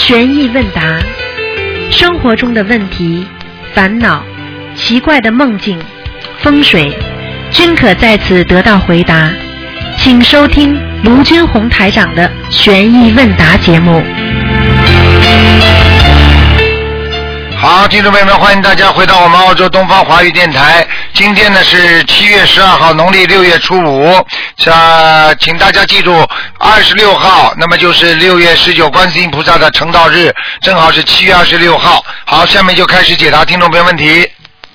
悬疑问答，生活中的问题、烦恼、奇怪的梦境、风水，均可在此得到回答。请收听卢军红台长的悬疑问答节目。 好，听众朋友们，欢迎大家回到我们澳洲东方华语电台。今天呢是7月12号，农历6月初5。请大家记住，26号，那么就是6月19观世音菩萨的成道日，正好是7月26号。好，下面就开始解答听众朋友问题。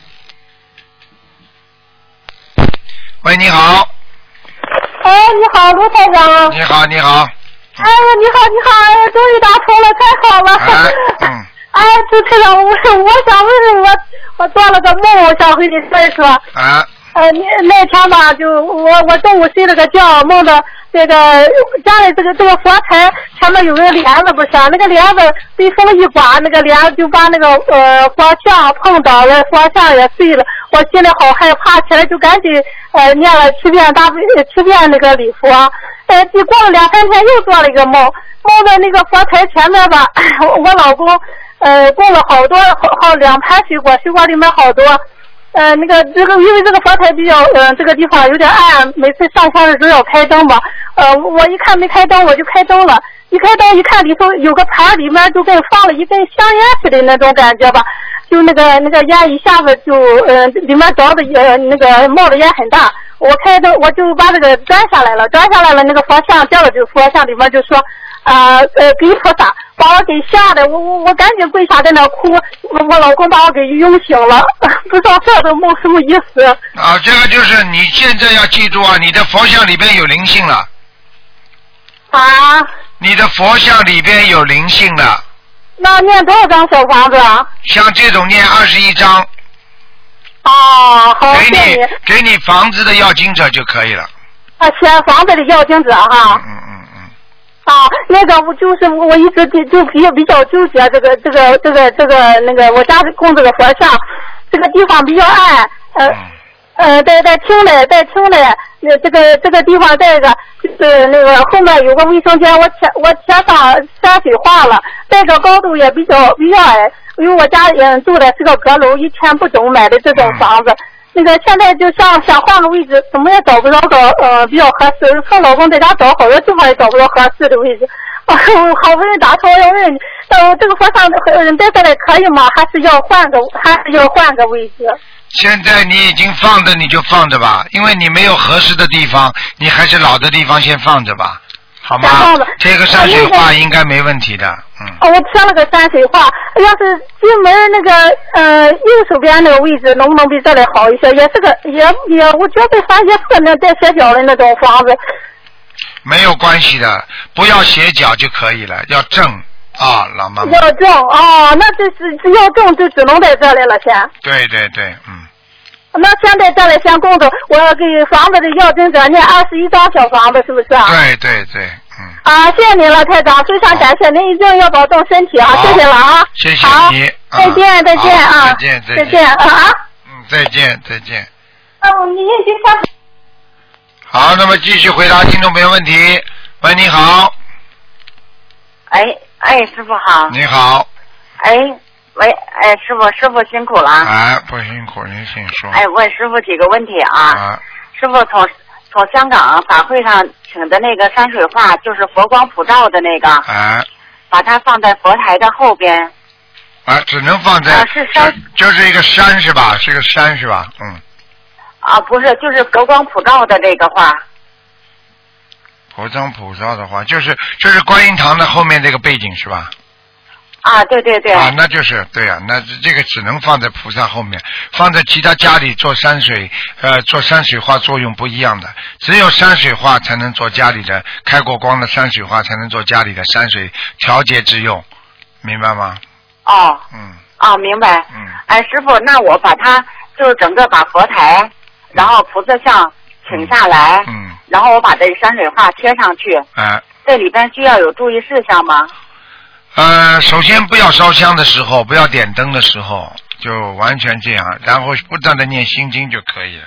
喂，你好。 哎，你好，卢台长。 你好，你好。 哎呀，你好，你好，哎呀，终于打通了，太好了。哎，主持人，我想问我做了个梦，我想和你说一说。那天吧，就我中午睡了个觉，梦到这个家里这个佛台前面有个帘子，不是那个帘子被风一刮，那个帘就把那个佛像碰倒了，佛像也碎了，我心里好害怕，起来就赶紧念了7遍那个礼佛。就过了2-3天又做了一个梦到那个佛台前面吧，我老公供了好多2盘水果里面好多。因为这个佛台比较这个地方有点暗，每次上香的时候要开灯吧。我一看没开灯，我就开灯了。一开灯一看里头有个盘，里面就跟放了一根香烟似的那种感觉吧。就那个烟一下子就里面着的那个冒的烟很大。我开灯我就把这个转下来了，那个佛像掉了，就佛像里面就说给菩萨，把我给吓得我赶紧跪下在那哭，我老公把我给拥醒了，不知道这个梦什么意思啊？这个就是你现在要记住啊，你的佛像里边有灵性了啊！你的佛像里边有灵性了。 那念多少张小房子啊？ 像这种念21张。 哦，好，谢谢你。 给你房子的要经者就可以了。 啊，写房子的要经者哈。啊，那个我一直就比较纠结这个我家供这个佛像，这个地方比较暗，再厅内，这个地方再一个就是那个后面有个卫生间，我贴上山水画了，这个高度也比较矮，因为我家住的是个阁楼，1000不中买的这种房子。那个现在就想换个位置，怎么也找不着个比较合适。和老公在家找好多地方也找不着合适的位置。好不容易打通，要问你，这个佛像待下来可以吗？还是要换个位置？ 现在你已经放着，你就放着吧，因为你没有合适的地方，你还是老的地方先放着吧，好吗？贴个山水画应该没问题的。 我贴了个山水画，要是进门那个右手边那个位置能不能比这里好一些？也是个也我觉得反正也是个那带斜角的那种房子。 没有关系的，不要斜角就可以了，要正啊，老妈妈。 要正哦，那就是要正就只能在这里了先。 对， 那现在这里先供着，我要给房子的要经者念21张小房子，是不是啊？ 对。 谢谢您了，台长，非常感谢您，一定要保重身体啊！谢谢了啊！ 谢谢你， 再见啊！再见啊！ 再见。 你已经发。 好，那么继续回答听众朋友问题。喂，你好。 哎，师傅好。 你好。 喂，师傅辛苦了。 不辛苦，您请说。 问师傅几个问题啊。师傅从香港法会上请的那个山水画，就是佛光普照的那个。把它放在佛台的后边。 只能放在。 是山。 就是一个山是吧？是个山是吧？ 不是，就是佛光普照的这个画。 佛光普照的话，就是观音堂的后面这个背景是吧？ 对。 那就是对啊，那这个只能放在菩萨后面，放在其他家里做山水画作用不一样的，只有山水画才能做家里的开过光的山水画才能做家里的山水调节之用，明白吗？ 明白。师傅，那我把它就是整个把佛台，然后菩萨像请下来，然后我把这个山水画贴上去，这里边需要有注意事项吗？ 首先不要烧香的时候，不要点灯的时候，就完全这样，然后不断的念心经就可以了。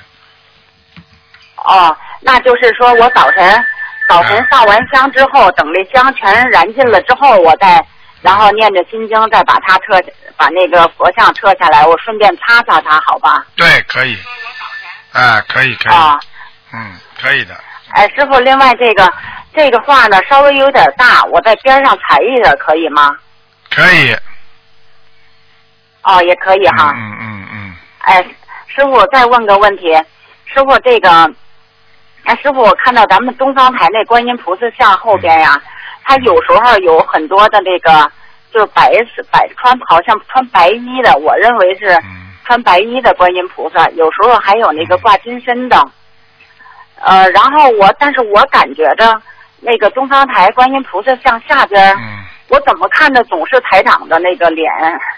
那就是说我早晨上完香之后，等这香全燃尽了之后，我再然后念着心经，再把那个佛像撤下来，我顺便擦擦它，好吧？ 对，可以。可以。 啊。 可以的。 哎，师傅，另外这个画呢稍微有点大，我在边上裁一点可以吗？ 可以。 哦，也可以哈。哎，师傅，再问个问题，师傅师傅，我看到咱们东方台那观音菩萨像后边呀，他有时候有很多的那个就是好像穿白衣的，我认为是穿白衣的观音菩萨，有时候还有那个挂金身的。然后但是我感觉着那个东方台观音菩萨像下边，我怎么看的总是台长的那个脸。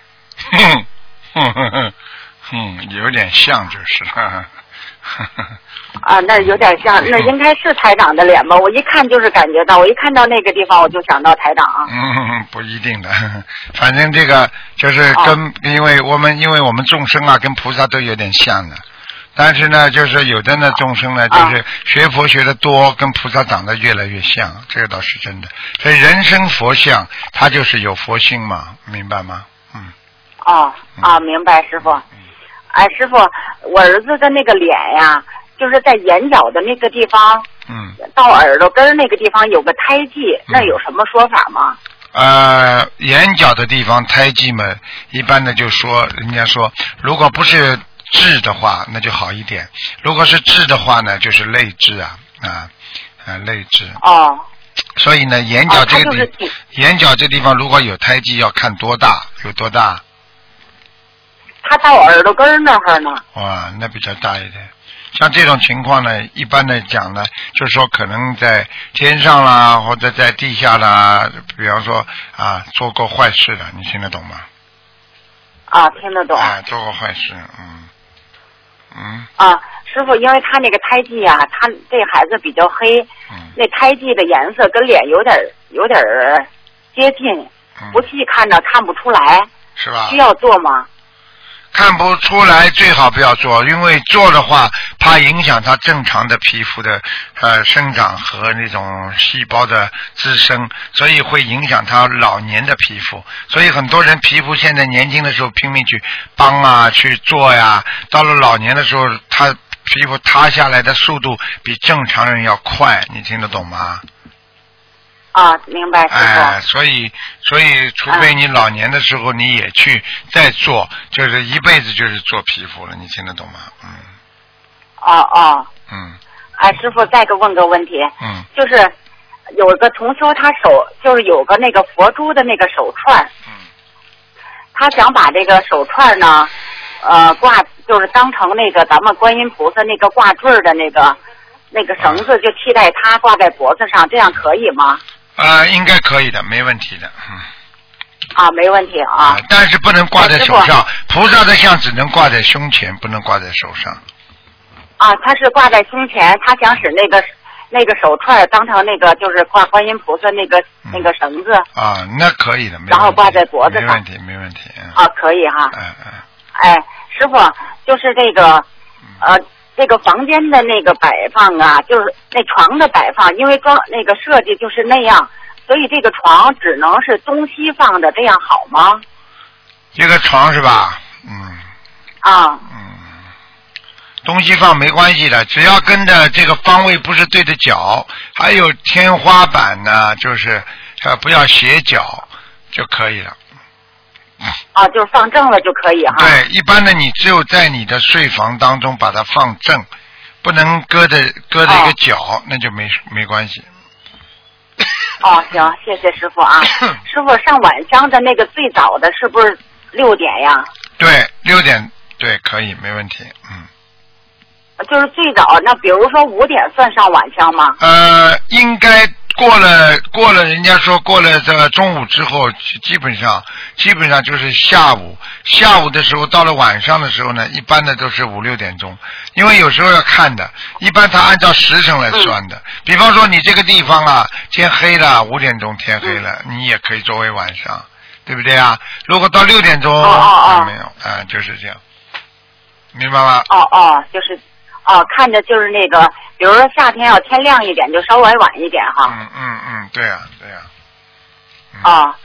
有点像就是了。 那有点像，那应该是台长的脸吧？我一看就是感觉到，我一看到那个地方我就想到台长。 不一定的，反正这个就是因为我们众生啊，跟菩萨都有点像的。但是呢，就是有的呢众生呢，就是学佛学的多，跟菩萨长得越来越像，这个倒是真的。所以人生佛像，他就是有佛性嘛，明白吗？ 明白，师傅。哎，师傅，我儿子的那个脸呀，就是在眼角的那个地方，到耳朵根那个地方有个胎记，那有什么说法吗？ 眼角的地方胎记嘛，一般的就说，人家说，如果不是痣的话，那就好一点；如果是痣的话呢，就是泪痣泪痣。所以呢，眼角这地方如果有胎记，要看多大，有多大。 他到耳朵根那儿呢。 哇，那比较大一点。像这种情况呢，一般的讲呢，就是说可能在天上啦，或者在地下啦，比方说做过坏事的，你听得懂吗？ 听得懂。 做过坏事， 师傅，因为他那个胎记啊，他这孩子比较黑，那胎记的颜色跟脸有点接近，不细看着看不出来， 是吧？ 需要做吗？ 看不出来最好不要做，因为做的话怕影响它正常的皮肤的生长和那种细胞的滋生，所以会影响它老年的皮肤。所以很多人皮肤现在年轻的时候拼命去帮去做呀，到了老年的时候他皮肤塌下来的速度比正常人要快，你听得懂吗？ 明白，师傅。 所以除非你老年的时候你也去再做，就是一辈子就是做皮肤了，你听得懂吗？ 师傅，再问个问题。就是有一个同修，他手就是有个那个佛珠的那个手串，他想把这个手串呢，挂就是当成那个咱们观音菩萨那个挂坠的那个绳子，就替代它挂在脖子上，这样可以吗？ 应该可以的，没问题的。 没问题但是不能挂在手上，菩萨的像只能挂在胸前，不能挂在手上。 他是挂在胸前，他想使那个手串当成那个就是挂观音菩萨那个绳子。 那可以的， 然后挂在脖子上。 没问题。 可以哈。师傅，就是这个房间的那个摆放就是那床的摆放，因为那个设计就是那样，所以这个床只能是东西放的，这样好吗？ 这个床是吧？东西放没关系的，只要跟着这个方位不是对着脚，还有天花板呢，就是不要斜角就可以了。 就是放正了就可以哈。 对，一般的你只有在你的睡房当中把它放正，不能搁着一个角，那就没关系。 行，谢谢师傅师傅，上晚香的那个最早的是不是6点呀？对 ，6点，对，可以，没问题。 就是最早，那比如说5点算上晚香吗？ 应该过了，人家说过了这个中午之后，基本上就是下午的时候，到了晚上的时候呢，一般的都是5、6点钟，因为有时候要看的，一般它按照时辰来算的。比方说你这个地方天黑了，5点钟天黑了，你也可以作为晚上，对不对啊？如果到6点钟，没有，就是这样，明白吗？ 就是看着就是那个，比如说夏天要天亮一点，就稍微晚一点哈。 对呀。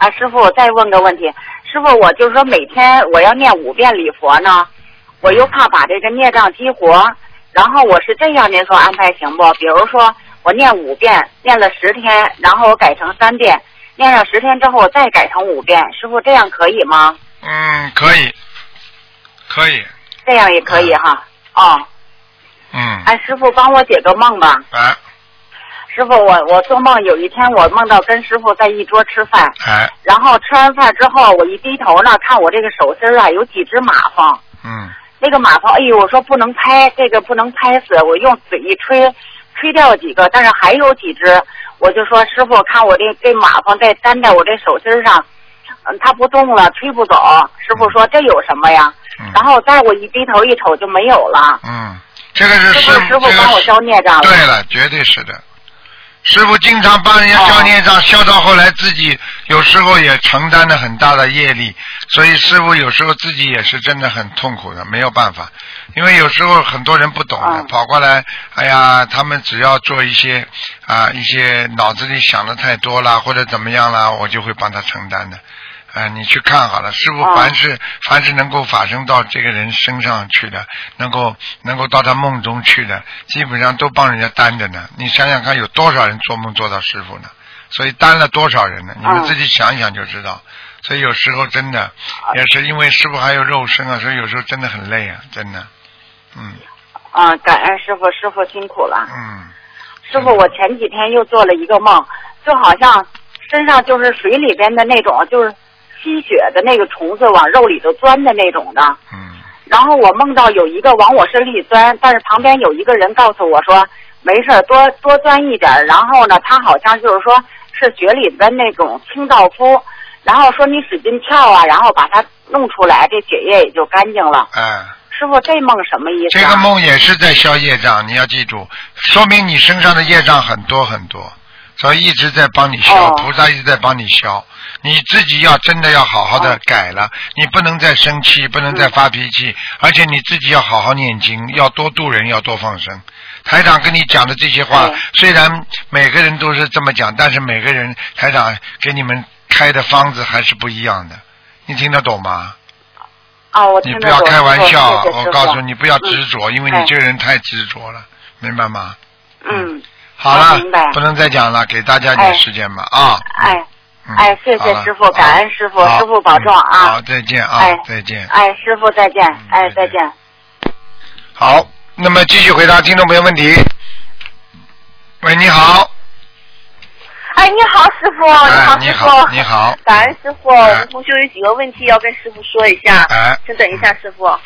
啊，师傅，再问个问题，师傅，我就是说每天我要念5遍礼佛呢，我又怕把这个孽障激活，然后我是这样，您说安排行不？比如说我念5遍，念了10天，然后我改成3遍，念上10天之后我再改成5遍，师傅这样可以吗？ 可以，可以。 这样也可以哈。哦。哎，师傅帮我解个梦吧。师傅，我做梦有一天我梦到跟师傅在一桌吃饭，然后吃完饭之后我一低头呢，看我这个手心啊有几只马蜂，那个马蜂，哎呦，我说不能拍，这个不能拍死，我用嘴一吹掉几个，但是还有几只，我就说师傅，看我这马蜂在粘在我这手心上，它不动了，吹不走。师傅说这有什么呀？然后在我一低头一瞅就没有了。 这个是师傅帮我消孽障了。 对了，绝对是的。师傅经常帮人家消孽障，消到后来自己有时候也承担了很大的业力，所以师傅有时候自己也是真的很痛苦的，没有办法。因为有时候很多人不懂的，跑过来，哎呀，他们只要做一些脑子里想的太多了或者怎么样了，我就会帮他承担的。你去看好了，师傅凡是能够发生到这个人身上去的，能够到他梦中去的，基本上都帮人家担着呢。你想想看，有多少人做梦做到师傅呢？所以担了多少人呢？你们自己想一想就知道。所以有时候真的也是因为师傅还有肉身啊，所以有时候真的很累啊，真的。 感恩师傅，师傅辛苦了。师傅，我前几天又做了一个梦，就好像身上就是水里边的那种，就是吸血的那个虫子往肉里头钻的那种的。然后我梦到有一个往我身里钻，但是旁边有一个人告诉我说没事，多钻一点。然后呢，他好像就是说是血里的那种清道夫，然后说你使劲跳啊，然后把它弄出来，这血液也就干净了。师傅，这梦什么意思？ 这个梦也是在消业障，你要记住，说明你身上的业障很多很多，所以一直在帮你消，菩萨一直在帮你消。你自己要真的要好好的改了，你不能再生气，不能再发脾气，而且你自己要好好念经，要多度人，要多放生。台长跟你讲的这些话，虽然每个人都是这么讲，但是每个人台长给你们开的方子还是不一样的，你听得懂吗？ 我听得懂。 你不要开玩笑，我告诉你不要执着，因为你这个人太执着了，明白吗？好了，不能再讲了，给大家点时间吧谢谢师傅，感恩师傅，师傅保重啊！ 好，再见啊！再见！ 师傅再见！再见！ 好，那么继续回答听众朋友问题。喂，你好。 你好，师傅！ 你好，你好！ 感恩师傅，我们同学有几个问题要跟师傅说一下。请等一下，师傅。耳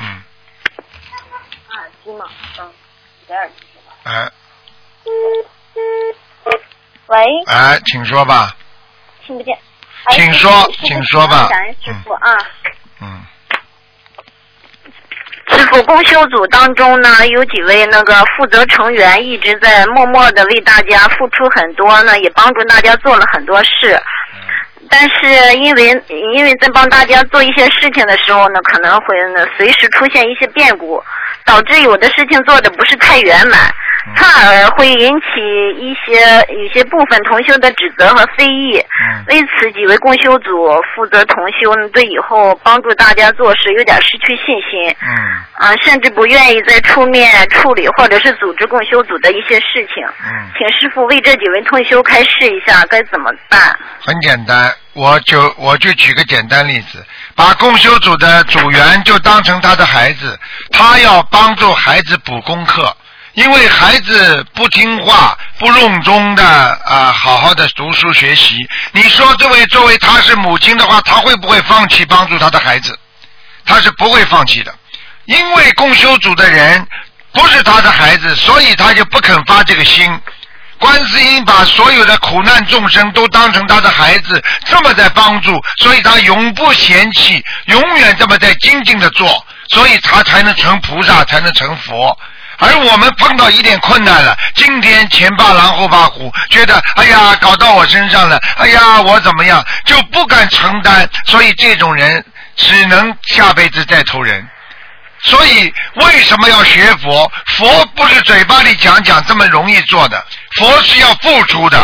机嘛，戴耳机吧。喂。 请说吧。 听不见。 请说吧。 感恩师傅啊。 师傅，共修组当中呢，有几位那个负责成员一直在默默的为大家付出很多呢，也帮助大家做了很多事。但是因为在帮大家做一些事情的时候呢，可能会随时出现一些变故，导致有的事情做的不是太圆满，从而会引起一些部分同修的指责和非议。为此，几位共修组负责同修呢，对以后帮助大家做事有点失去信心。甚至不愿意再出面处理或者是组织共修组的一些事情。请师父为这几位同修开示一下该怎么办。 很简单，我就举个简单例子，把共修组的组员就当成他的孩子，他要帮助孩子补功课。因为孩子不听话不隆中的好好的读书学习，你说作为他是母亲的话，他会不会放弃帮助他的孩子？他是不会放弃的，因为共修组的人不是他的孩子，所以他就不肯发这个心。观世音把所有的苦难众生都当成他的孩子，这么在帮助，所以他永不嫌弃，永远这么在精进的做，所以他才能成菩萨，才能成佛。而我们碰到一点困难了，今天前怕狼后怕虎，觉得哎呀搞到我身上了，哎呀我怎么样，就不敢承担，所以这种人只能下辈子再投人。所以为什么要学佛？佛不是嘴巴里讲讲这么容易做的，佛是要付出的。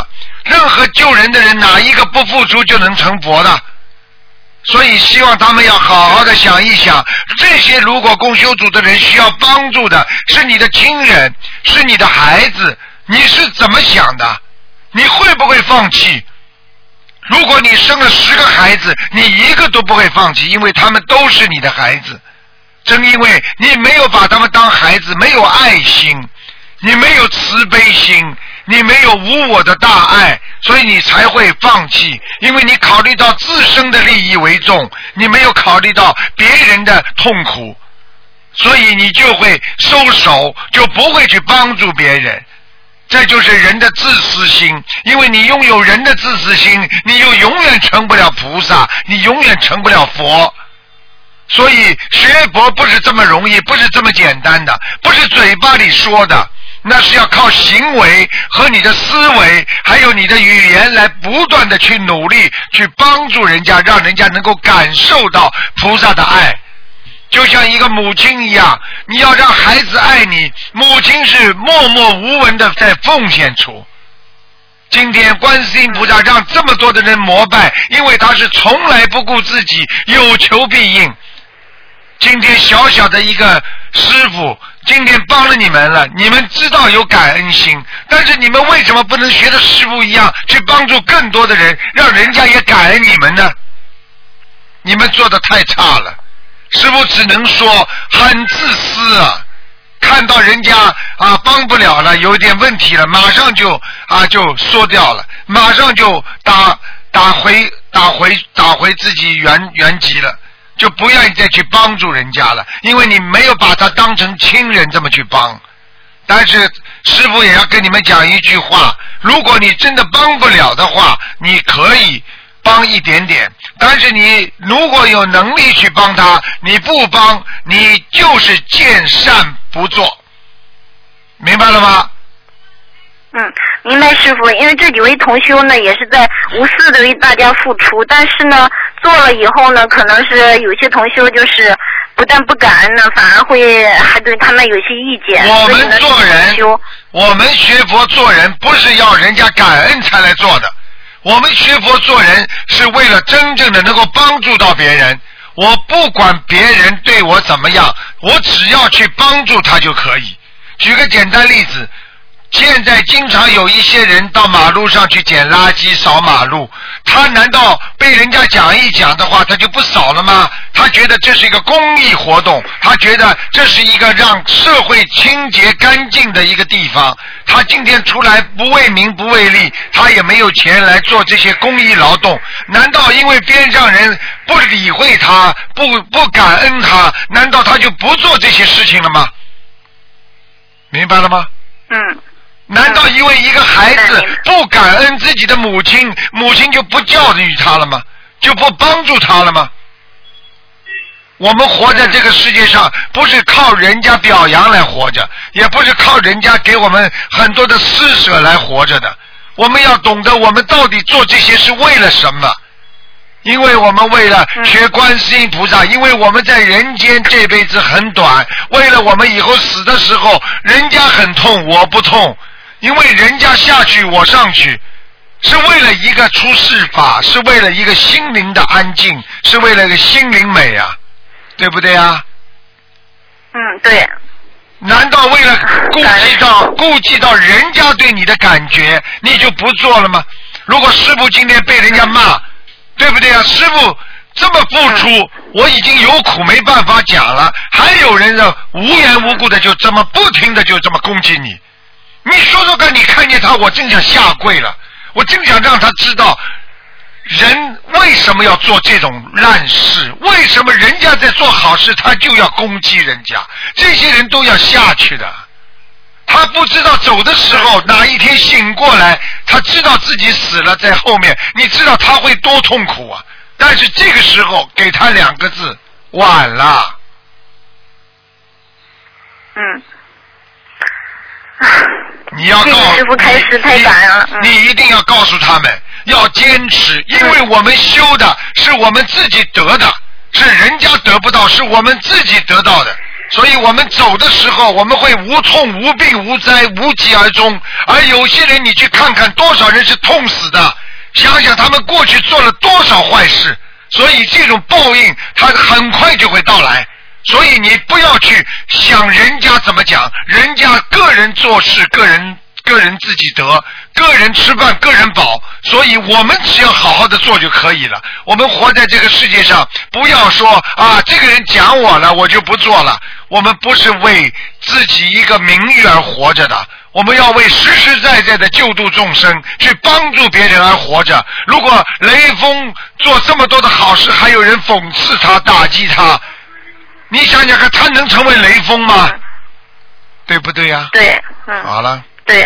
任何救人的人哪一个不付出就能成佛的？所以希望他们要好好的想一想，这些如果共修组的人需要帮助的是你的亲人，是你的孩子，你是怎么想的？你会不会放弃？如果你生了10个孩子，你一个都不会放弃，因为他们都是你的孩子。正因为你没有把他们当孩子，没有爱心，你没有慈悲心，你没有无我的大爱，所以你才会放弃。因为你考虑到自身的利益为重，你没有考虑到别人的痛苦，所以你就会收手，就不会去帮助别人。这就是人的自私心，因为你拥有人的自私心，你就永远成不了菩萨，你永远成不了佛。所以学佛不是这么容易，不是这么简单的，不是嘴巴里说的，那是要靠行为和你的思维还有你的语言来不断的去努力，去帮助人家，让人家能够感受到菩萨的爱。就像一个母亲一样，你要让孩子爱你，母亲是默默无闻的在奉献出。今天观世音菩萨让这么多的人膜拜，因为他是从来不顾自己，有求必应。今天小小的一个师父，今天帮了你们了，你们知道有感恩心，但是你们为什么不能学着师父一样去帮助更多的人，让人家也感恩你们呢？你们做得太差了，师父只能说很自私啊，看到人家帮不了了，有点问题了，马上就缩掉了，马上就打回自己原籍了，就不愿意再去帮助人家了，因为你没有把他当成亲人这么去帮。但是师父也要跟你们讲一句话，如果你真的帮不了的话，你可以帮一点点，但是你如果有能力去帮他，你不帮，你就是见善不做，明白了吗？ 明白师父。因为这几位同修呢也是在无私的为大家付出，但是呢做了以后呢，可能是有些同修就是不但不感恩呢，反而还对他们有些意见。 我们做人，我们学佛做人不是要人家感恩才来做的，我们学佛做人是为了真正的能够帮助到别人。我不管别人对我怎么样，我只要去帮助他就可以。举个简单例子，现在经常有一些人到马路上去捡垃圾扫马路，他难道被人家讲一讲的话他就不扫了吗？他觉得这是一个公益活动，他觉得这是一个让社会清洁干净的一个地方，他今天出来不为名不为利，他也没有钱来做这些公益劳动，难道因为边上人不理会他，不感恩他，难道他就不做这些事情了吗？明白了吗？难道因为一个孩子不感恩自己的母亲，母亲就不教育他了吗？就不帮助他了吗？我们活在这个世界上，不是靠人家表扬来活着，也不是靠人家给我们很多的施舍来活着的。我们要懂得我们到底做这些是为了什么。因为我们为了学观世音菩萨，因为我们在人间这辈子很短，为了我们以后死的时候人家很痛我不痛，因为人家下去我上去，是为了一个出世法，是为了一个心灵的安静，是为了一个心灵美啊，对不对啊？ 对。 难道为了顾及到人家对你的感觉，你就不做了吗？如果师父今天被人家骂，对不对啊？师父这么付出，我已经有苦没办法讲了，还有人无缘无故的就这么不停的就这么攻击你。你说说看，你看见他，我真想下跪了，我真想让他知道人为什么要做这种烂事，为什么人家在做好事他就要攻击人家，这些人都要下去的。他不知道走的时候哪一天醒过来，他知道自己死了在后面，你知道他会多痛苦啊！但是这个时候给他2个字，晚了。你要告诉师父开示太感人了。 你一定要告诉他们要坚持，因为我们修的是我们自己得的，是人家得不到，是我们自己得到的。 所以我们走的时候，我们会无痛无病无灾无疾而终。而有些人你去看看，多少人是痛死的，想想他们过去做了多少坏事，所以这种报应它很快就会到来。所以你不要去想人家怎么讲，人家个人做事个人自己得，个人吃饭个人饱，所以我们只要好好的做就可以了。我们活在这个世界上，不要说啊这个人讲我了我就不做了，我们不是为自己一个名誉而活着的，我们要为实实在在的救度众生，去帮助别人而活着。如果雷锋做这么多的好事，还有人讽刺他打击他，你想想看，他能成为雷锋吗？对不对呀？ 对， 好了。 对，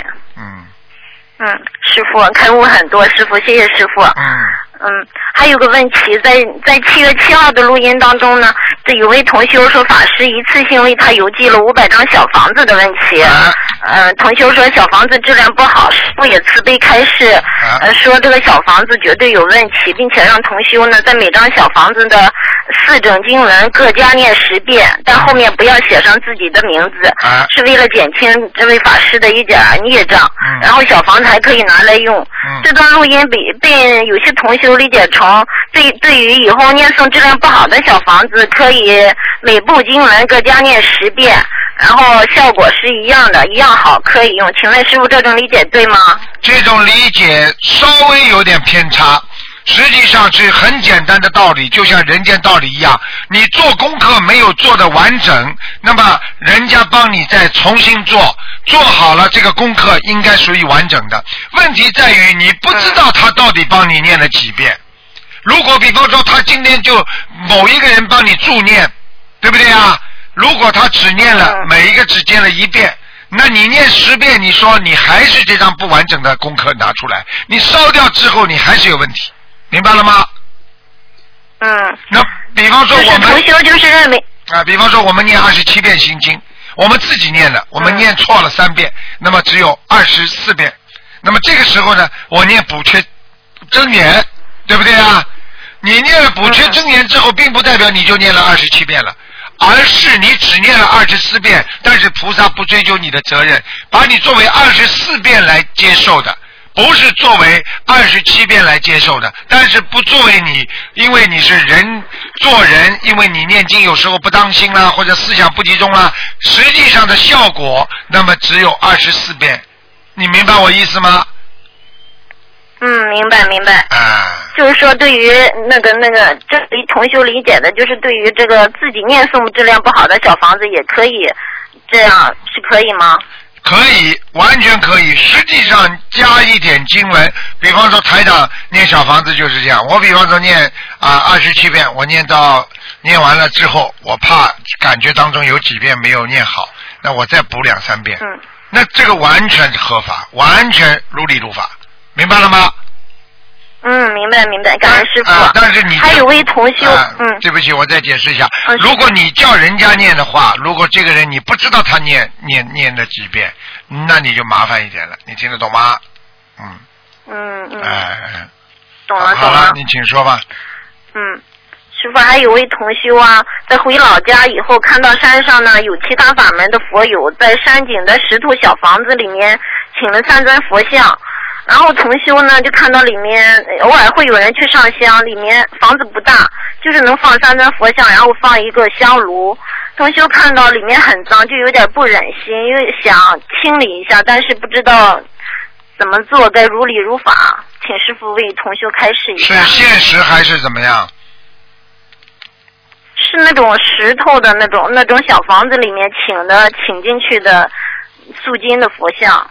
师父开悟很多，师父谢谢师父。还有个问题，在7月7号的录音当中呢，这有位同修说法师一次性为他邮寄了500张小房子的问题。同修说小房子质量不好，师父也慈悲开示，说这个小房子绝对有问题，并且让同修呢在每张小房子的4整经文各加念10遍，但后面不要写上自己的名字，是为了减轻这位法师的一点孽障。然后小房子还可以拿来用。这段录音被有些同修理解成对于以后念诵质量不好的小房子，可以每部经文各加念10遍，然后效果是一样的，一样好，可以用。请问师父这种理解对吗？ 这种理解稍微有点偏差，实际上是很简单的道理，就像人间道理一样，你做功课没有做的完整，那么人家帮你再重新做好了，这个功课应该属于完整的。问题在于你不知道他到底帮你念了几遍。如果比方说他今天就某一个人帮你助念，对不对啊？如果他只念了每一个只念了1遍，那你念10遍，你说你还是这张不完整的功课拿出来，你烧掉之后你还是有问题，明白了吗？那比方说我们同修就是认为比方说我们念27遍心经，我们自己念的，我们念错了3遍，那么只有24遍。那么这个时候呢，我念补缺真言，对不对啊？你念了补缺真言之后，并不代表你就念了27遍了，而是你只念了24遍，但是菩萨不追究你的责任，把你作为24遍来接受的，不是作为27遍来接受的。但是不作为你，因为你是人做人，因为你念经有时候不当心啦，或者思想不集中啦，实际上的效果那么只有24遍。你明白我意思吗？ 明白。就是说对于那个这里同修理解的，就是对于这个自己念诵质量不好的小房子也可以这样，是可以吗？ 可以，完全可以。实际上加一点经文，比方说台长念小房子就是这样，我比方说念27遍，我念完了之后，我怕感觉当中有几遍没有念好，那我再补2-3遍。那这个完全合法，完全如理如法，明白了吗？ 明白，感恩师父。 但是你还有位同修， 对不起，我再解释一下。如果你叫人家念的话，如果这个人你不知道他念了几遍，那你就麻烦一点了，你听得懂吗？ 懂了。 好了，你请说吧。 师父，还有位同修啊，在回老家以后，看到山上呢有其他法门的佛友在山顶的石头小房子里面请了3尊佛像，然后同修呢就看到里面偶尔会有人去上香，里面房子不大，就是能放3尊佛像，然后放一个香炉。同修看到里面很脏，就有点不忍心，因为想清理一下，但是不知道怎么做，该如理如法，请师父为同修开示一下。 是现实还是怎么样？ 是那种石头的那种小房子里面请进去的塑金的佛像。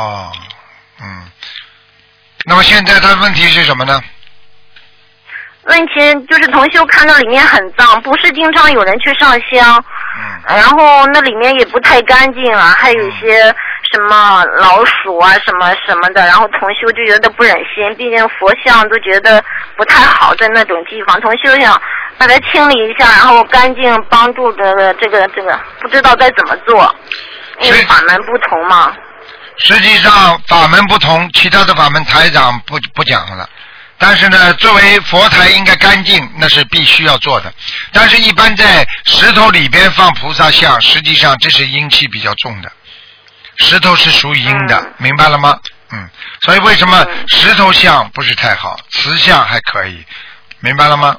那么现在他问题是什么呢？ 问题就是同修看到里面很脏，不是经常有人去上香，然后那里面也不太干净啊，还有一些什么老鼠啊什么的，然后同修就觉得不忍心，毕竟佛像都觉得不太好在那种地方，同修想把它清理一下，然后干净帮助的这个不知道该怎么做，因为法门不同嘛。 实际上法门不同，其他的法门台长不讲了。 但是呢，作为佛台应该干净，那是必须要做的。但是，一般在石头里边放菩萨像，实际上这是阴气比较重的。石头是属于阴的，明白了吗？所以为什么石头像不是太好，瓷像还可以，明白了吗？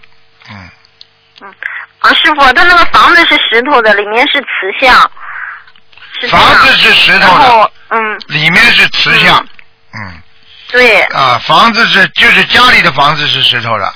师傅，他那个房子是石头的，里面是瓷像。 房子是石头的，里面是瓷像。 对。 房子就是家里的房子是石头的。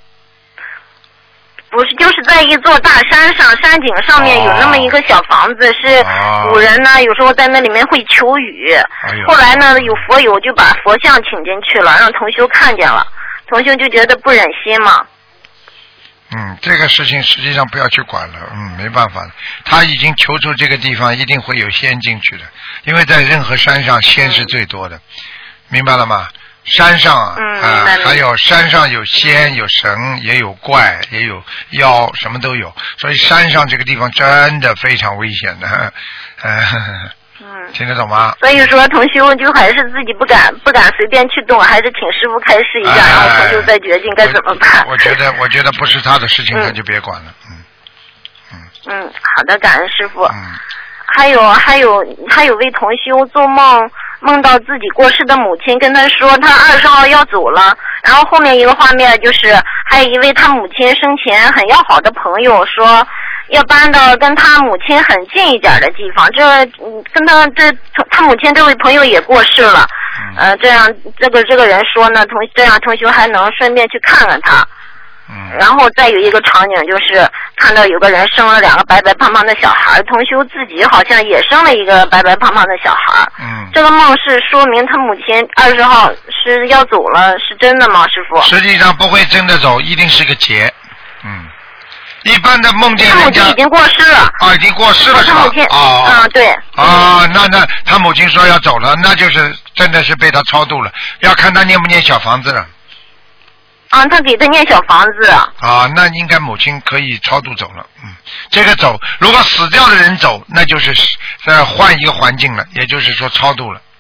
不是，就是在一座大山上，山顶上面有那么一个小房子，是古人呢，有时候在那里面会求雨。后来呢，有佛友就把佛像请进去了，让同修看见了，同修就觉得不忍心嘛。 这个事情实际上不要去管了，没办法了。他已经求出这个地方，一定会有仙进去的，因为在任何山上仙是最多的，明白了吗？山上还有山上有仙有神也有怪也有妖，什么都有，所以山上这个地方真的非常危险的。听得懂吗？ 所以说同修就还是自己不敢随便去动，还是请师傅开示一下，然后同修再决定该怎么办。 我觉得不是他的事情，他就别管了。 好的，感恩师傅。还有位同修做梦到自己过世的母亲，跟他说他20号要走了，然后后面一个画面就是还有一位他母亲生前很要好的朋友说要搬到跟他母亲很近一点的地方，跟他母亲这位朋友也过世了，这样这个人说呢，这样同修还能顺便去看看他。然后再有一个场景就是看到有个人生了2个白白胖胖的小孩，同修自己好像也生了一个白白胖胖的小孩。这个梦是说明他母亲20号是要走了，是真的吗，师傅？ 实际上不会真的走，一定是个劫。一般的梦见人家他母亲已经过世了。 已经过世了是吧？ 他母亲对。 那他母亲说要走了，那就是真的是被他超度了，要看他念不念小房子了。 他给他念小房子。 那应该母亲可以超度走了。这个走，如果死掉的人走，那就是换一个环境了，也就是说超度了。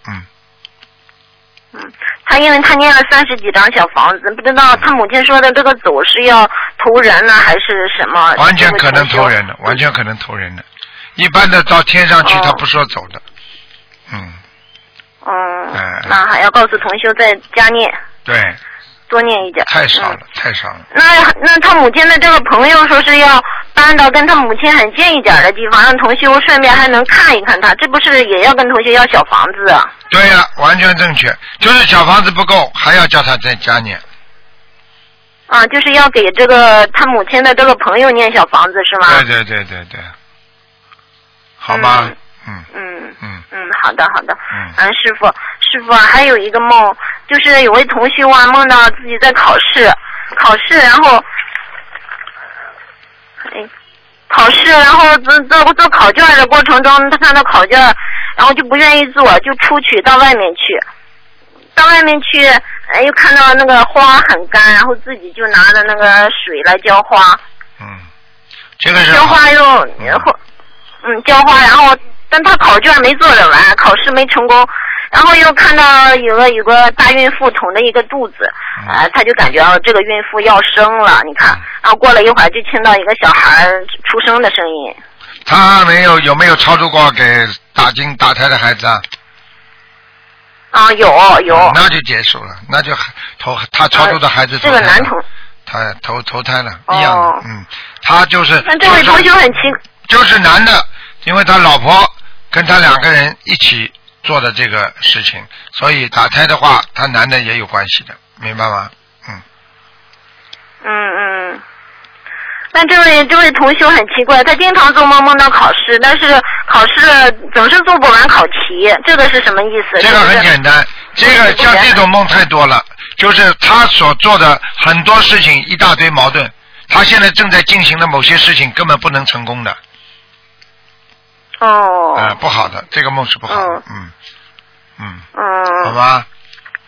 他因为他念了30几张小房子，不知道他母亲说的这个走是要投人呢，还是什么？ 完全可能投人的，完全可能投人的。一般的到天上去，他不说走的。 那还要告诉同修再加念。 对。 多念一点。 太少了，太少了。 那他母亲的这个朋友说是要搬到跟他母亲很近一点的地方，让同修顺便还能看一看他，这不是也要跟同学要小房子啊？ 对呀，完全正确，就是小房子不够，还要叫他再加念。 就是要给这个他母亲的这个朋友念小房子是吗？ 对，好吗？ 好的。师傅还有一个梦，就是有位同修梦到自己在考试，然后做考卷的过程中，他看到考卷，然后就不愿意做，就出去到外面去，又看到那个花很干，然后自己就拿着那个水来浇花。 这个是浇花浇花，然后但他考卷没做得完，考试没成功，然后又看到有个大孕妇捅的一个肚子，他就感觉这个孕妇要生了，你看，然后过了一会儿就听到一个小孩出生的声音。 他有没有超度过给打胎的孩子啊？ 有。 那就结束了，那就他超度的孩子这个男童， 他投胎了，一样的。他就是。 但这位同学很奇。 就是男的，因为他老婆跟他2个人一起做的这个事情，所以打胎的话，他男的也有关系的，明白吗？ 但这位同修很奇怪，他经常做梦到考试，但是考试总是做不完考题，这个是什么意思？ 这个很简单，这个像这种梦太多了，就是他所做的很多事情一大堆矛盾，他现在正在进行的某些事情根本不能成功的。不好的，这个梦是不好的。好吧。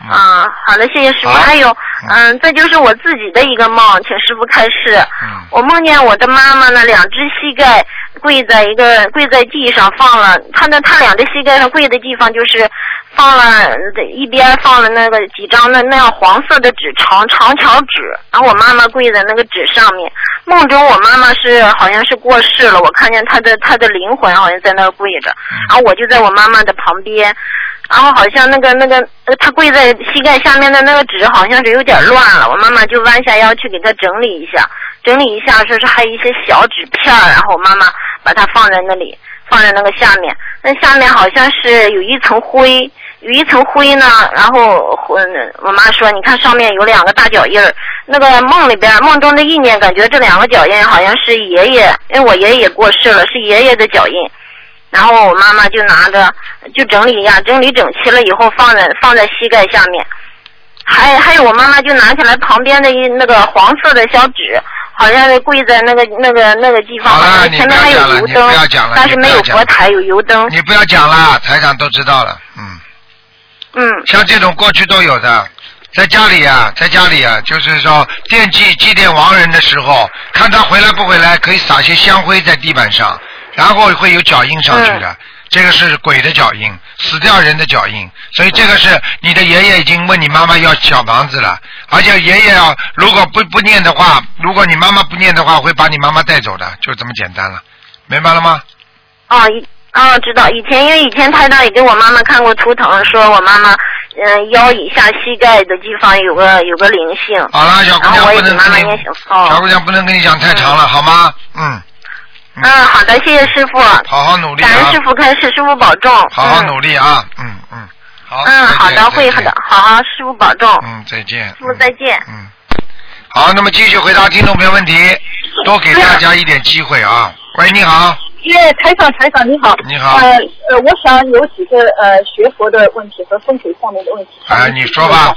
啊，好的，谢谢师傅。还有，这就是我自己的一个梦，请师傅开示。我梦见我的妈妈呢，两只膝盖跪在地上，放了她两只膝盖上跪的地方就是放了一边放了那个几张那样黄色的纸，长条纸，然后我妈妈跪在那个纸上面。梦中我妈妈好像是过世了，我看见她的灵魂好像在那儿跪着，然后我就在我妈妈的旁边。然后好像他跪在膝盖下面的那个纸好像是有点乱了，我妈妈就弯下腰去给他整理一下，说是还有一些小纸片，然后我妈妈把它放在那里，放在那个下面，那下面好像是有一层灰呢，然后我妈说你看上面有2个大脚印，那个梦中的意念感觉这2个脚印好像是爷爷，因为我爷爷也过世了，是爷爷的脚印。然后我妈妈就拿着就整理整齐了以后放在膝盖下面，还有我妈妈就拿起来旁边的那个黄色的小纸，好像是跪在那个地方，前面还有油灯，但是没有佛台，有油灯。 你不要讲了，台长都知道了。像这种过去都有的，在家里啊，就是说祭奠亡人的时候，看他回来不回来，可以撒些香灰在地板上。然后会有脚印上去的，这个是鬼的脚印，死掉人的脚印，所以这个是你的爷爷已经问你妈妈要小房子了，而且爷爷如果不念的话，如果你妈妈不念的话，会把你妈妈带走的，就这么简单了，明白了吗？ 知道。因为以前台长也给我妈妈看过图腾，说我妈妈腰以下膝盖的地方有个灵性。 好了，小姑娘不能跟你讲太长了，好吗？ 好的，谢谢师傅。 好好努力啊！ 感恩师傅开示，师傅保重。 好好努力啊！好。 好的，会的。好，师傅保重。 再见。 师傅再见。 好，那么继续回答听众朋友问题，多给大家一点机会啊！喂，你好。 台长你好。 你好。 我想有几个学佛的问题和风水方面的问题。 你说吧。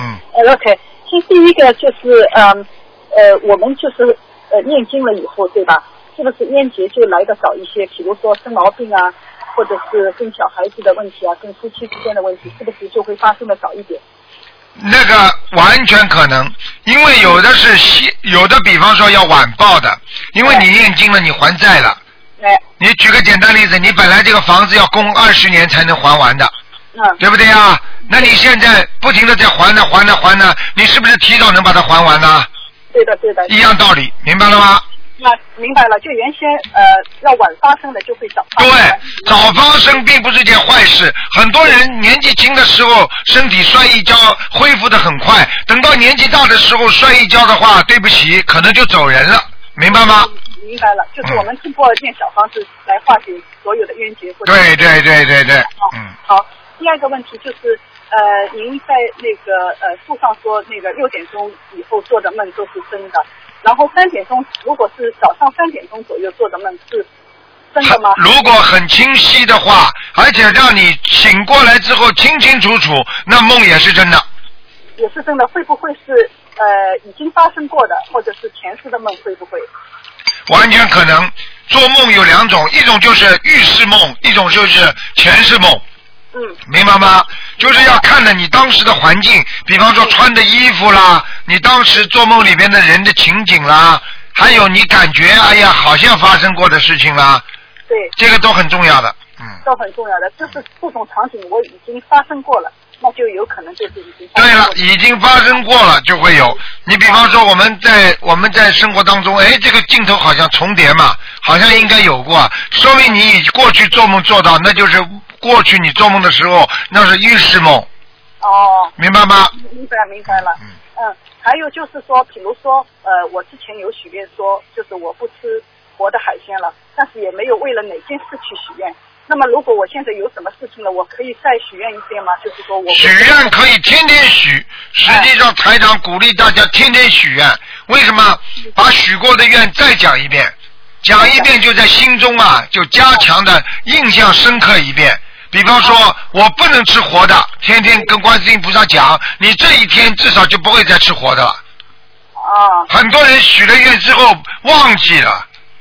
OK， 其实第一个就是我们就是念经了以后，对吧？是不是烟节就来得早一些？比如说生毛病啊，或者是跟小孩子的问题啊，跟夫妻之间的问题，是不是就会发生的早一点？ 那个完全可能，因为有的比方说要晚报的，因为你念经了，你还债了。你举个简单例子，你本来这个房子要供20年才能还完的，对不对啊？那你现在不停的在还呢，你是不是提早能把它还完呢？ 对的。 一样道理，明白了吗？ 明白了，就原先要晚发生的就会早发生。 对，早发生并不是件坏事。很多人年纪轻的时候身体摔一跤恢复得很快，等到年纪大的时候摔一跤的话，对不起，可能就走人了，明白吗？ 明白了，就是我们通过建小房子来化解所有的冤结。 对。 好，第二个问题就是您在那个书上说那个6点钟以后做的梦都是真的。然后3点钟，如果是早上3点钟左右做的梦是真的吗？ 如果很清晰的话，而且让你醒过来之后清清楚楚，那梦也是真的。 也是真的，会不会是已经发生过的，或者是前世的梦？会不会？ 完全可能。做梦有2种，一种就是预示梦，一种就是前世梦。明白吗？就是要看着你当时的环境，比方说穿的衣服啦，你当时做梦里边的人的情景啦，还有你感觉哎呀好像发生过的事情啦， 对， 这个都很重要的。 都很重要的，就是这种场景我已经发生过了，那就有可能就是已经对了，已经发生过了就会有。你比方说我们在生活当中，这个镜头好像重叠嘛，好像应该有过，说明你过去做梦做到，那就是过去你做梦的时候那是预示梦。明白吗？ 明白了。还有就是说，比如说我之前有许愿说，就是我不吃活的海鲜了，但是也没有为了哪件事去许愿。那么如果我现在有什么事情了，我可以再许愿一遍吗？就是说我许愿可以天天许，实际上台长鼓励大家天天许愿。为什么？把许过的愿再讲一遍，讲一遍就在心中就加强的印象深刻一遍。比方说我不能吃活的，天天跟观世音菩萨讲，你这一天至少就不会再吃活的了。很多人许了愿之后忘记了，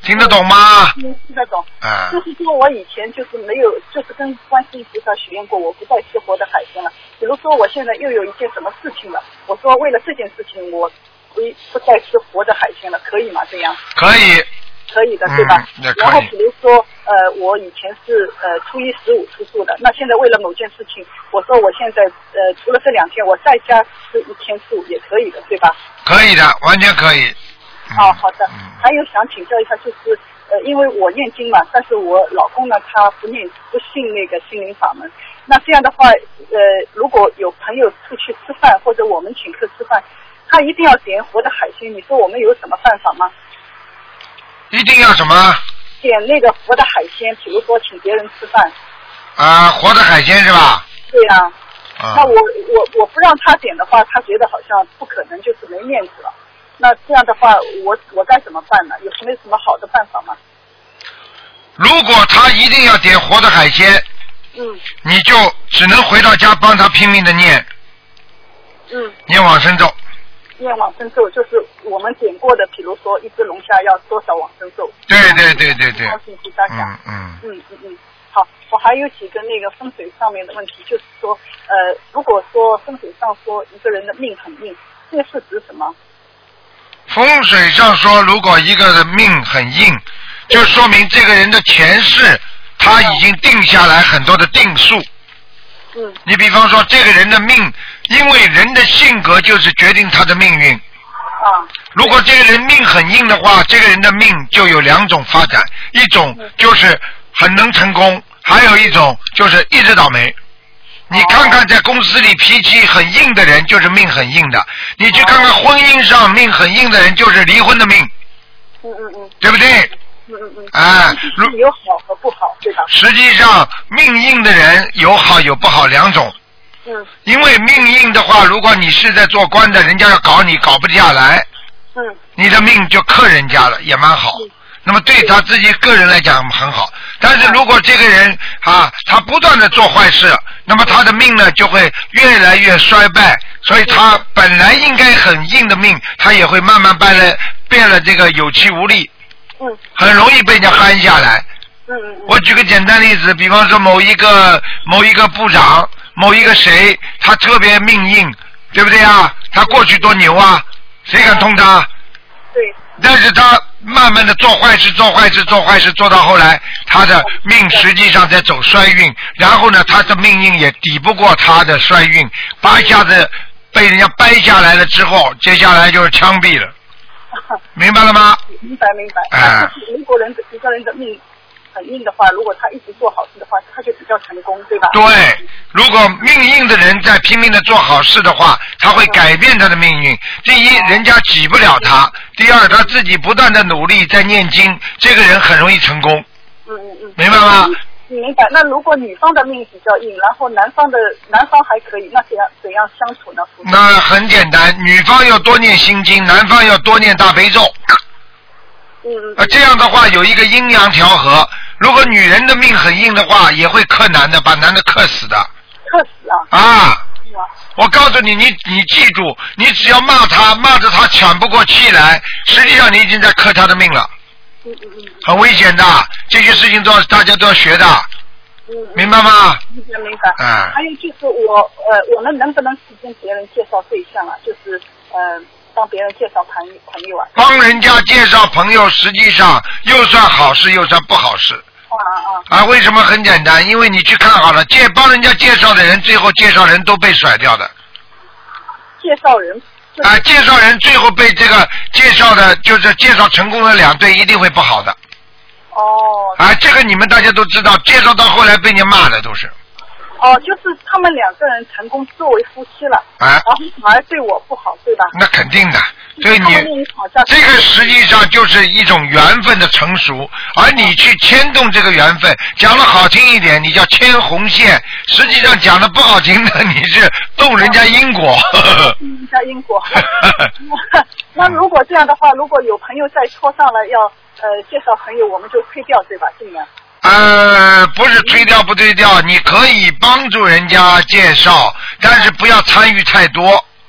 听得懂吗？ 听得懂。就是说我以前就是没有，就是跟观世音菩萨许愿过，我不再吃活的海鲜了。比如说我现在又有一件什么事情了，我说为了这件事情我不再吃活的海鲜了，可以吗？这样？ 可以。 可以的，对吧？然后比如说我以前是初一15吃素的，那现在为了某件事情，我说我现在除了这2天，我再加吃1天素也可以的，对吧？ 可以的，完全可以。 好的。还有想请教一下，就是因为我念经嘛，但是我老公呢他不信那个心灵法门，那这样的话如果有朋友出去吃饭或者我们请客吃饭，他一定要点活的海鲜，你说我们有什么办法吗？ 一定要什么？ 点那个活的海鲜，比如说请别人吃饭。 活的海鲜是吧？ 对呀。那我不让他点的话，他觉得好像不可能，就是没面子了。那这样的话，我该怎么办呢？有什么好的办法吗？ 如果他一定要点活的海鲜，你就只能回到家帮他拼命的念。念往生咒。 念往生咒就是我们点过的，比如说一只龙虾要多少往生咒？ 对。 高兴菩萨讲。好，我还有几个那个风水上面的问题，就是说如果说风水上说一个人的命很硬，这个是指什么？ 风水上说，如果一个人命很硬，就说明这个人的前世他已经定下来很多的定数。你比方说这个人的命，因为人的性格就是决定他的命运。如果这个人命很硬的话，这个人的命就有2种发展，一种就是很能成功，还有一种就是一直倒霉。你看看在公司里脾气很硬的人就是命很硬的，你去看看婚姻上命很硬的人就是离婚的命。对不对？ 有好和不好，对吧？ 实际上命硬的人有好有不好2种。因为命硬的话，如果你是在做官的，人家要搞你搞不下来，你的命就克人家了，也蛮好。那么对他自己个人来讲很好，但是如果这个人他不断的做坏事，那么他的命呢就会越来越衰败，所以他本来应该很硬的命，他也会慢慢变了这个有气无力，很容易被人家憨下来。我举个简单例子，比方说某一个部长，某一个谁，他特别命硬，对不对啊？他过去多牛啊，谁敢动他？ 对。 但是他慢慢的做坏事做到后来，他的命实际上在走衰运，然后呢他的命运也抵不过他的衰运，一下子被人家掰下来了之后，接下来就是枪毙了。明白了吗？ 明白。如果一个人的命很硬的话，如果他一直做好事的话，他就比较成功，对吧？ 对，如果命硬的人在拼命的做好事的话，他会改变他的命运。第一，人家挤不了他；第二，他自己不断的努力在念经，这个人很容易成功。明白吗？ 明白。那如果女方的命比较硬，然后男方还可以，那怎样相处呢？ 那很简单，女方要多念心经，男方要多念大悲咒。这样的话有一个阴阳调和。如果女人的命很硬的话，也会克男的，把男的克死的。 克死啊！ 我告诉你，你记住，你只要骂着他喘不过气来，实际上你已经在克他的命了。很危险的，这些事情大家都要学的。明白吗？ 明白。还有就是我们能不能去跟别人介绍对象啊？就是帮别人介绍朋友啊？ 帮人家介绍朋友，实际上又算好事又算不好事。为什么？很简单，因为你去看好了，帮人家介绍的人，最后介绍人都被甩掉的。 介绍人。 介绍人最后被这个介绍的，就是介绍成功的2对，一定会不好的。这个你们大家都知道，介绍到后来被人家骂的都是。 就是他们2个人成功作为夫妻了，然后反而对我不好，对吧？ 那肯定的，对你这个实际上就是一种缘分的成熟，而你去牵动这个缘分，讲的好听一点，你叫牵红线；实际上讲的不好听的，你是动人家因果。 人家因果。那如果这样的话，如果有朋友在戳上了要介绍朋友，我们就推掉，对吧？尽量。 不是推掉不推掉，你可以帮助人家介绍，但是不要参与太多。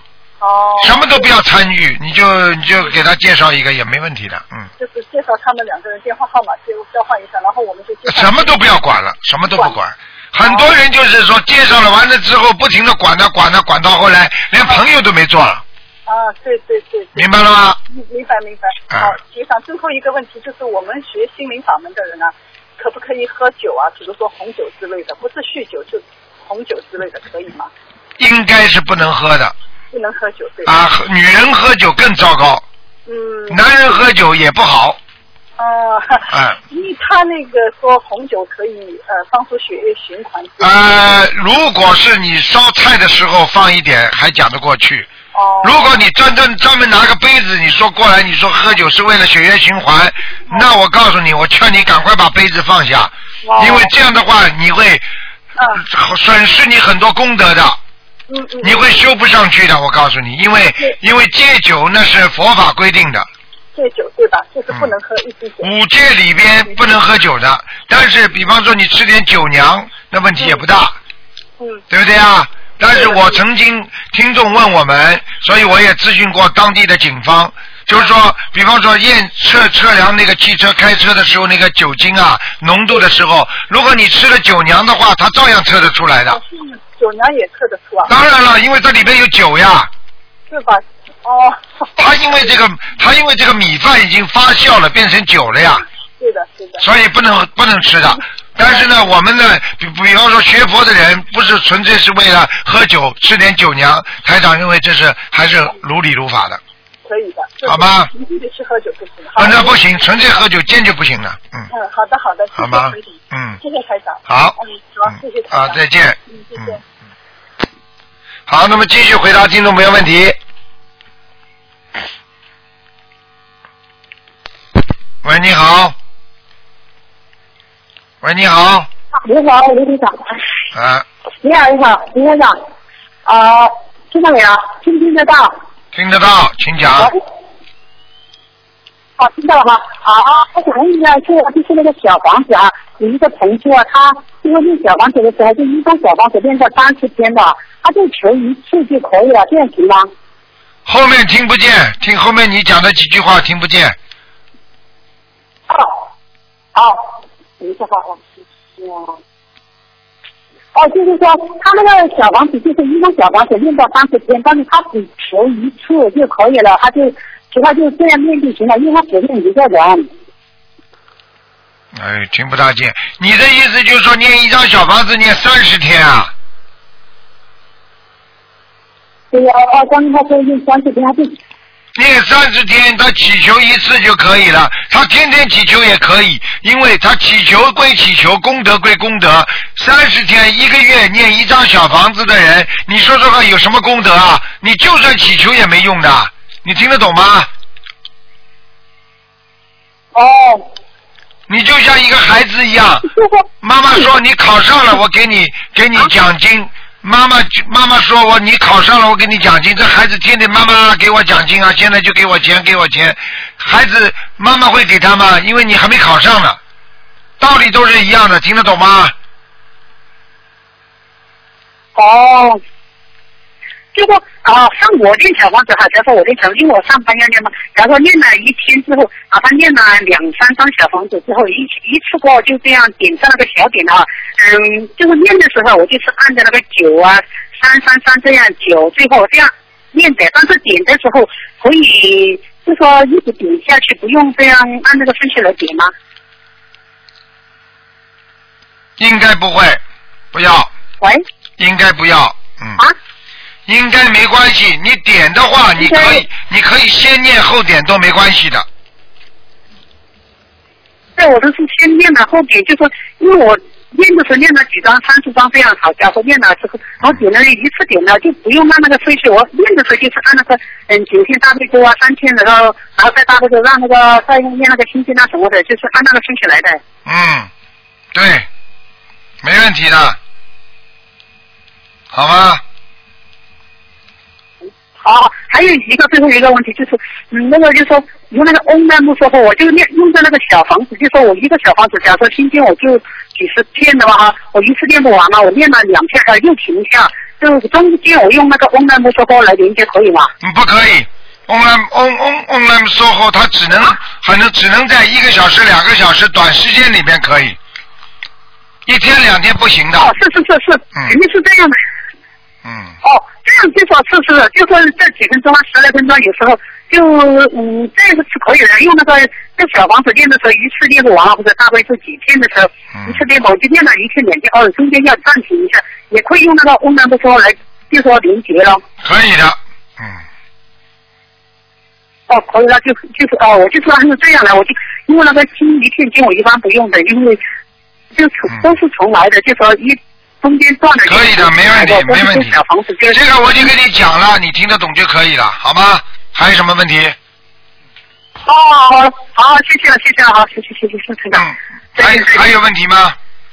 什么都不要参与，你就给他介绍一个也没问题的， 就是介绍他们2个人电话号码交换一下，然后我们就介绍。 什么都不要管了，什么都不管。很多人就是说介绍了完了之后，不停的管到后来连朋友都没做了。 对， 明白了吗？ 明白。好，局长，最后一个问题就是我们学心灵法门的人啊，可不可以喝酒啊？比如说红酒之类的，不是酗酒就红酒之类的，可以吗？应该是不能喝的。 不能喝酒，对吧？ 女人喝酒更糟糕。男人喝酒也不好。 因为他那个说红酒可以帮助血液循环。 如果是你烧菜的时候放一点还讲得过去。如果你专门拿个杯子，你说过来，你说喝酒是为了血液循环，那我告诉你，我劝你赶快把杯子放下，因为这样的话你会损失你很多功德的。你会修不上去的，我告诉你，因为戒酒那是佛法规定的。 戒酒对吧？就是不能喝一滴酒。 5戒里边不能喝酒的，但是比方说你吃点酒娘，那问题也不大。对不对啊？但是我曾经听众问我们，所以我也咨询过当地的警方，就是说，比方说测量那个汽车开车的时候那个酒精啊浓度的时候，如果你吃了酒娘的话，它照样测得出来的。 酒娘也测得出啊？ 当然了，因为这里面有酒呀。 是吧？ 它因为这个米饭已经发酵了，变成酒了呀。 对的。 所以不能吃的。但是呢，我们呢，比方说学佛的人，不是纯粹是为了喝酒吃点酒娘，台长认为这是还是如理如法的。 可以的。 好吧。 纯粹去喝酒不行。 那不行，纯粹喝酒坚决不行的。 好的。 好吧。 谢谢台长。 好。 好，谢谢台长。 再见。 谢谢。 好，那么继续回答听众朋友问题。喂，你好。喂，你好。 你好，刘队长。你好，林院长。听到没有？听得到？ 听得到，请讲。 听到了吗？我想问一下，就是那个小房子啊，有一个同事啊，他最后念小房子的时候，就一张小房子念到30天的，他就求一次就可以了，这样行吗？ 后面听不见，听后面你讲的几句话听不见。 等一下吧，就是说他那个小房子就是一张小房子念到30天，但是他只求一次就可以了，他就这样念就行了，因为他只念一个人。 听不大见。你的意思就是说念一张小房子念30天啊？ 对呀，刚才他说念30天，他就念30天，他祈求一次就可以了。他天天祈求也可以，因为他祈求归祈求，功德归功德。30天1个月念一张小房子的人，你说说看有什么功德啊？你就算祈求也没用的，你听得懂吗？你就像一个孩子一样，妈妈说你考上了，我给你奖金。妈妈说你考上了，我给你奖金。这孩子天天妈妈给我奖金啊，现在就给我钱。孩子妈妈会给他吗？因为你还没考上呢。道理都是一样的，听得懂吗？ 就说像我念小房子哈，假如说我念小，因为我上班要念嘛，假如说念了1天之后，他念了2-3张小房子之后，一次过就这样点上那个小点啊，就是念的时候我就是按照那个9啊333这样9，最后这样念的，但是点的时候可以就说一直点下去，不用这样按那个顺序来点吗？ 应该不会，不要。 喂？ 应该不要。应该没关系，你点的话，你可以先念后点都没关系的。 对，我都是先念了后点，就说因为我念的时候念了几张30张这样好，假如念了之后，然后点了一次点了，就不用按那个顺序，我念的时候就是按那个9天大悲咒啊3天，然后再大悲咒让那个再念那个心经啊什么的，就是按那个顺序来的。 对，没问题的，好吗？ 还有最后一个问题就是，那个就说用那个嗡的时候，我就用在那个小房子，就说我一个小房子，假如说心经我就几十天的话我一次念不完嘛，我念了2天又停下， 就中间我用那个翁兰木说包来连接可以吗？ 不可以，翁兰说后它只能在1个小时、2个小时短时间里面可以，1天2天不行的。 哦，是，肯定是这样的。哦，这样就说是，就说这几分钟啊，10来分钟，有时候就这个是可以的。用那个小房子练的时候，一次练不完，或者大概是几天的时候，一次练我就练了1天2天，偶尔中间要暂停一下，也可以用那个翁兰木说来就说连接了。 可以的， 哦，可以了，就是哦，我就说是这样的，我就因为那个金鱼片筋我一般不用的，因为都是重来的，就说中间断了。 可以的，没问题，没问题。 小房子这个我已经跟你讲了，你听得懂就可以了，好吗？还有什么问题？ 哦，好，谢谢了，好，谢谢，陈长。 还有问题吗？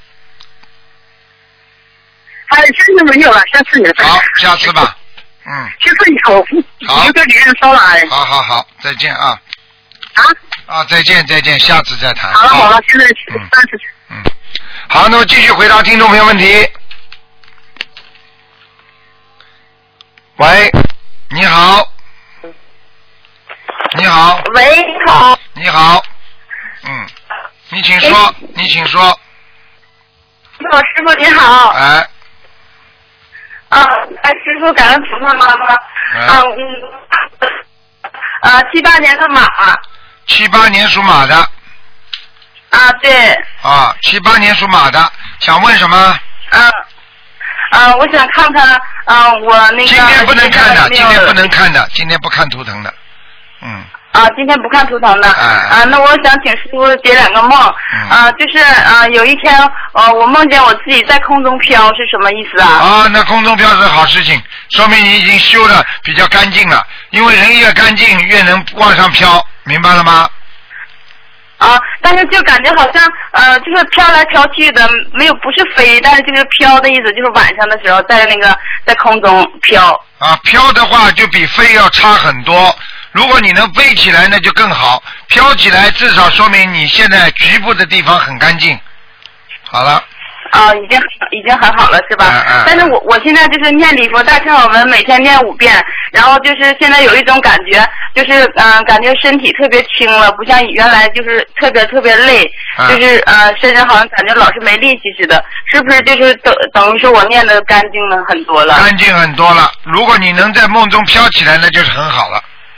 现在没有了，下次也再。 好，下次吧。 下次有个别人说了。 好，再见啊。再见，下次再谈。 好了，现在30。 好，那么继续回答听众朋友问题。喂，你好。你好。 喂，你好。 你好。你请说。 师傅你好。师傅感恩菩萨妈妈。78年的马。 78年属马的。 对。 78年属马的，想问什么？ 我想看看，我那个。 今天不能看的，今天不看图腾的。 今天不看图腾的。那我想请师傅解2个梦。就是有一天，我梦见我自己在空中飘，是什么意思啊？ 那空中飘是好事情，说明你已经修的比较干净了，因为人越干净越能往上飘，明白了吗？ 但是就感觉好像就是飘来飘去的，不是飞，但是就是飘的意思，就是晚上的时候在空中飘。 飘的话就比飞要差很多。如果你能飞起来那就更好，飘起来至少说明你现在局部的地方很干净。好了。 已经很好了是吧？但是我现在就是念礼佛大忏悔文，每天念5遍，然后就是现在有一种感觉，就是感觉身体特别轻了，不像原来就是特别累，就是身上好像感觉老是没力气似的，是不是就是等于说我念的干净了很多了？ 干净很多了，如果你能在梦中飘起来，那就是很好了。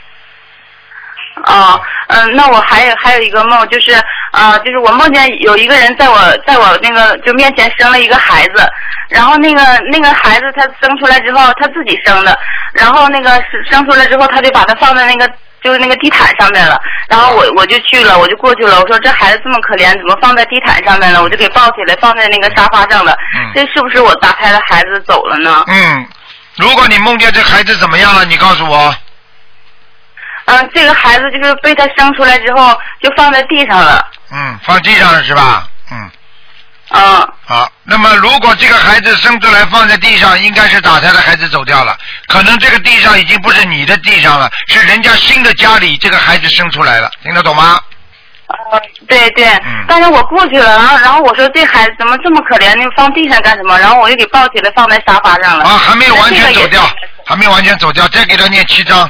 那我还有一个梦，就是我梦见有一个人在我那个就面前生了一个孩子，然后那个孩子他生出来之后他自己生的，然后那个生出来之后他就把他放在就是那个地毯上面了，然后我就去了，我就过去了，我说这孩子这么可怜，怎么放在地毯上面了？我就给抱起来放在那个沙发上了。这是不是我打胎的孩子走了呢？ 如果你梦见这孩子怎么样了，你告诉我。 这个孩子就是被他生出来之后就放在地上了。 放地上了是吧？好，那么如果这个孩子生出来放在地上，应该是打胎的孩子走掉了，可能这个地上已经不是你的地上了，是人家新的家里这个孩子生出来了，听得懂吗？ 对，但是我过去了，然后我说这孩子怎么这么可怜，你放地上干什么？然后我就给抱起来放在沙发上了。 还没有完全走掉，再给他念7章。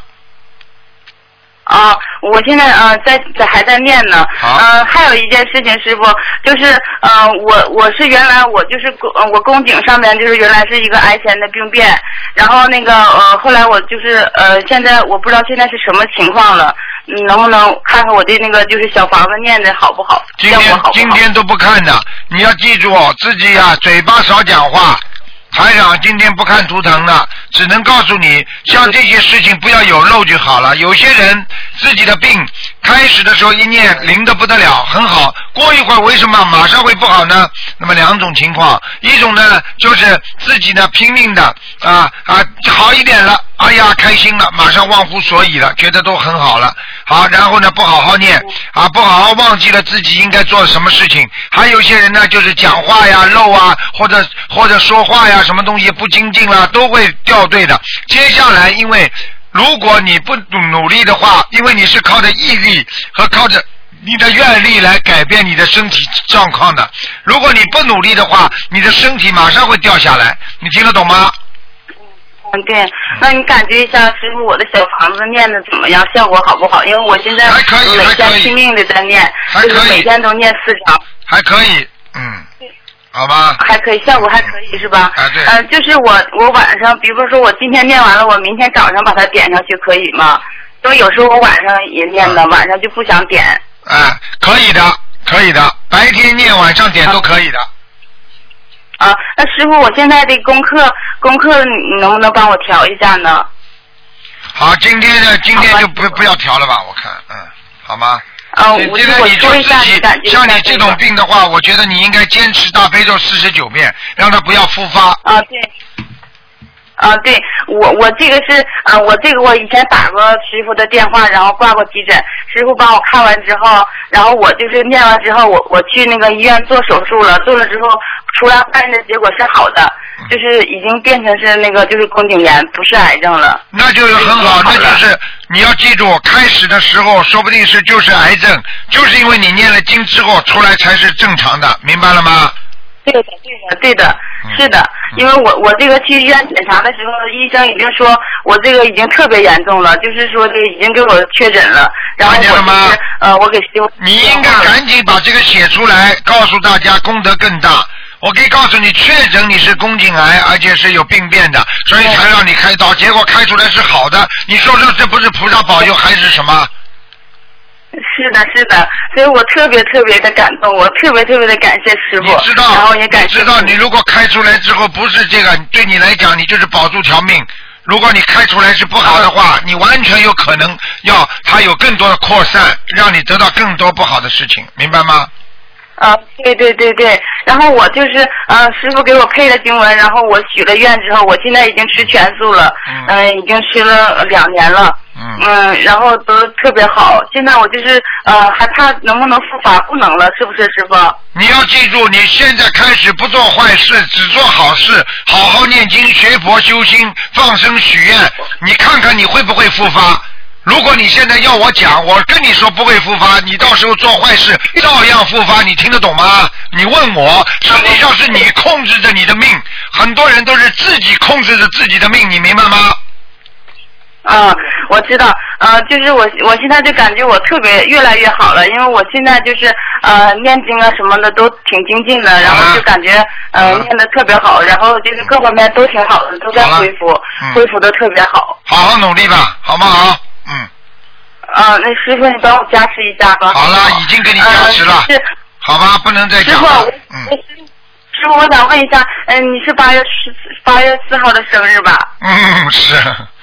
我现在还在念呢。还有一件事情，师傅，就是我是原来我就是我宫颈上面就是原来是一个癌前的病变，然后那个后来我就是现在我不知道现在是什么情况了，你能不能看看我的那个就是小房子念的好不好？ 今天都不看的，你要记住自己嘴巴少讲话。台长今天不看图腾了，只能告诉你，像这些事情不要有漏就好了。有些人自己的病开始的时候一念灵得不得了，很好，过一会儿为什么马上会不好呢？那么2种情况，一种呢就是自己呢拼命的好一点了，哎呀开心了，马上忘乎所以了，觉得都很好了。好，然后呢不好好念不好好忘记了自己应该做什么事情。还有些人呢就是讲话呀漏或者说话呀什么东西不精进啦，都会掉队的。接下来因为如果你不努力的话，因为你是靠着毅力和靠着你的愿力来改变你的身体状况的，如果你不努力的话，你的身体马上会掉下来，你听得懂吗？ 对，那你感觉一下，师傅，我的小房子念的怎么样？效果好不好？因为我现在每天拼命的在念，就是每天都念4章。 还可以，好吧。 还可以，效果还可以是吧？ 啊，对。 就是我晚上，比如说我今天念完了，我明天早上把它点上去可以吗？因为有时候我晚上也念的，晚上就不想点。 可以的，可以的，白天念晚上点都可以的。 那师傅，我现在的功课你能不能帮我调一下呢？ 好，今天就不要调了吧，我看，好吗？ 我说一下你感觉。 像你这种病的话，我觉得你应该坚持大悲咒49遍，让它不要复发。 对。对，我这个是我以前打过师傅的电话，然后挂过急诊，师傅帮我看完之后，然后我就是念完之后，我去那个医院做手术了，做了之后出来发现的结果是好的，就是已经变成是那个就是宫颈炎，不是癌症了。 那就是很好，那就是你要记住，开始的时候说不定就是癌症，就是因为你念了经之后出来才是正常的，明白了吗？ 对的，是的，因为我这个去医院检查的时候，医生已经说我这个已经特别严重了，就是说这已经给我确诊了，然后我给修。 你应该赶紧把这个写出来，告诉大家，功德更大。我可以告诉你，确诊你是宫颈癌，而且是有病变的，所以才让你开刀，结果开出来是好的，你说说这不是菩萨保佑还是什么？ 是的，所以我特别的感动，我特别的感谢师傅，然后也感谢。 你知道，你如果开出来之后不是这个，对你来讲，你就是保住条命。如果你开出来是不好的话，你完全有可能它有更多的扩散，让你得到更多不好的事情，明白吗？ 对，然后我就是师傅给我配了经文，然后我许了愿之后，我现在已经吃全素了，已经吃了2年了，然后都特别好。现在我就是还怕能不能复发，不能了，是不是师傅？ 你要记住，你现在开始不做坏事，只做好事，好好念经、学佛、修心、放生、许愿，你看看你会不会复发？如果你现在要我讲，我跟你说不会复发，你到时候做坏事照样复发，你听得懂吗？你问我，实际上是你控制着你的命，很多人都是自己控制着自己的命，你明白吗？ 我知道，就是我现在就感觉我特别越来越好了，因为我现在就是念经啊什么的都挺精进的，然后就感觉念的特别好，然后就是各方面都挺好的，都在恢复的特别好。 好好努力吧，好不好？ 那师傅你帮我加持一下吧。 好了，已经给你加持了，好吧，不能再讲了。 师傅，我想问一下，你是8月4号的生日吧？ 是。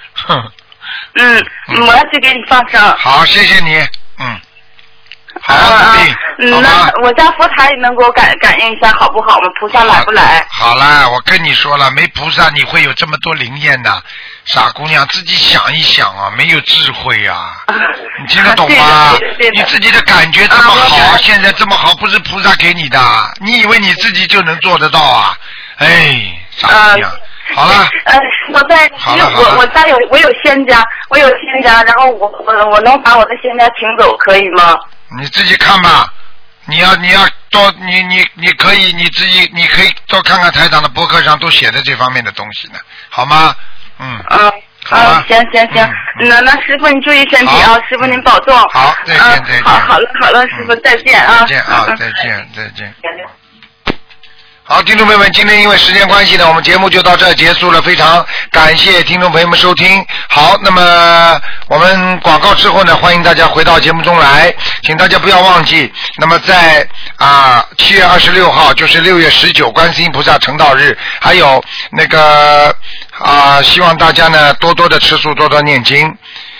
我要去给你放生。 好，谢谢你。好好努力。 那我家佛台能给我感应一下好不好吗？菩萨来不来？ 好啦，我跟你说了，没菩萨你会有这么多灵验的，傻姑娘，自己想一想啊，没有智慧啊，你听得懂吗？你自己的感觉这么好，现在这么好，不是菩萨给你的，你以为你自己就能做得到啊？傻姑娘。好了。 我家有仙家，然后我能把我的仙家请走，可以吗？ 你自己看吧，你要多你可以你可以多看看台长的博客上都写的这方面的东西呢，好吗？ 行，那师傅你注意身体啊，师傅您保重。 好，再见。 好了，师傅再见啊。 再见。好，听众朋友们，今天因为时间关系呢，我们节目就到这儿结束了。非常感谢听众朋友们收听。好，那么我们广告之后呢，欢迎大家回到节目中来，请大家不要忘记。那么在7月26号，就是6月19观世音菩萨成道日，还有那个希望大家呢多多的吃素，多多念经。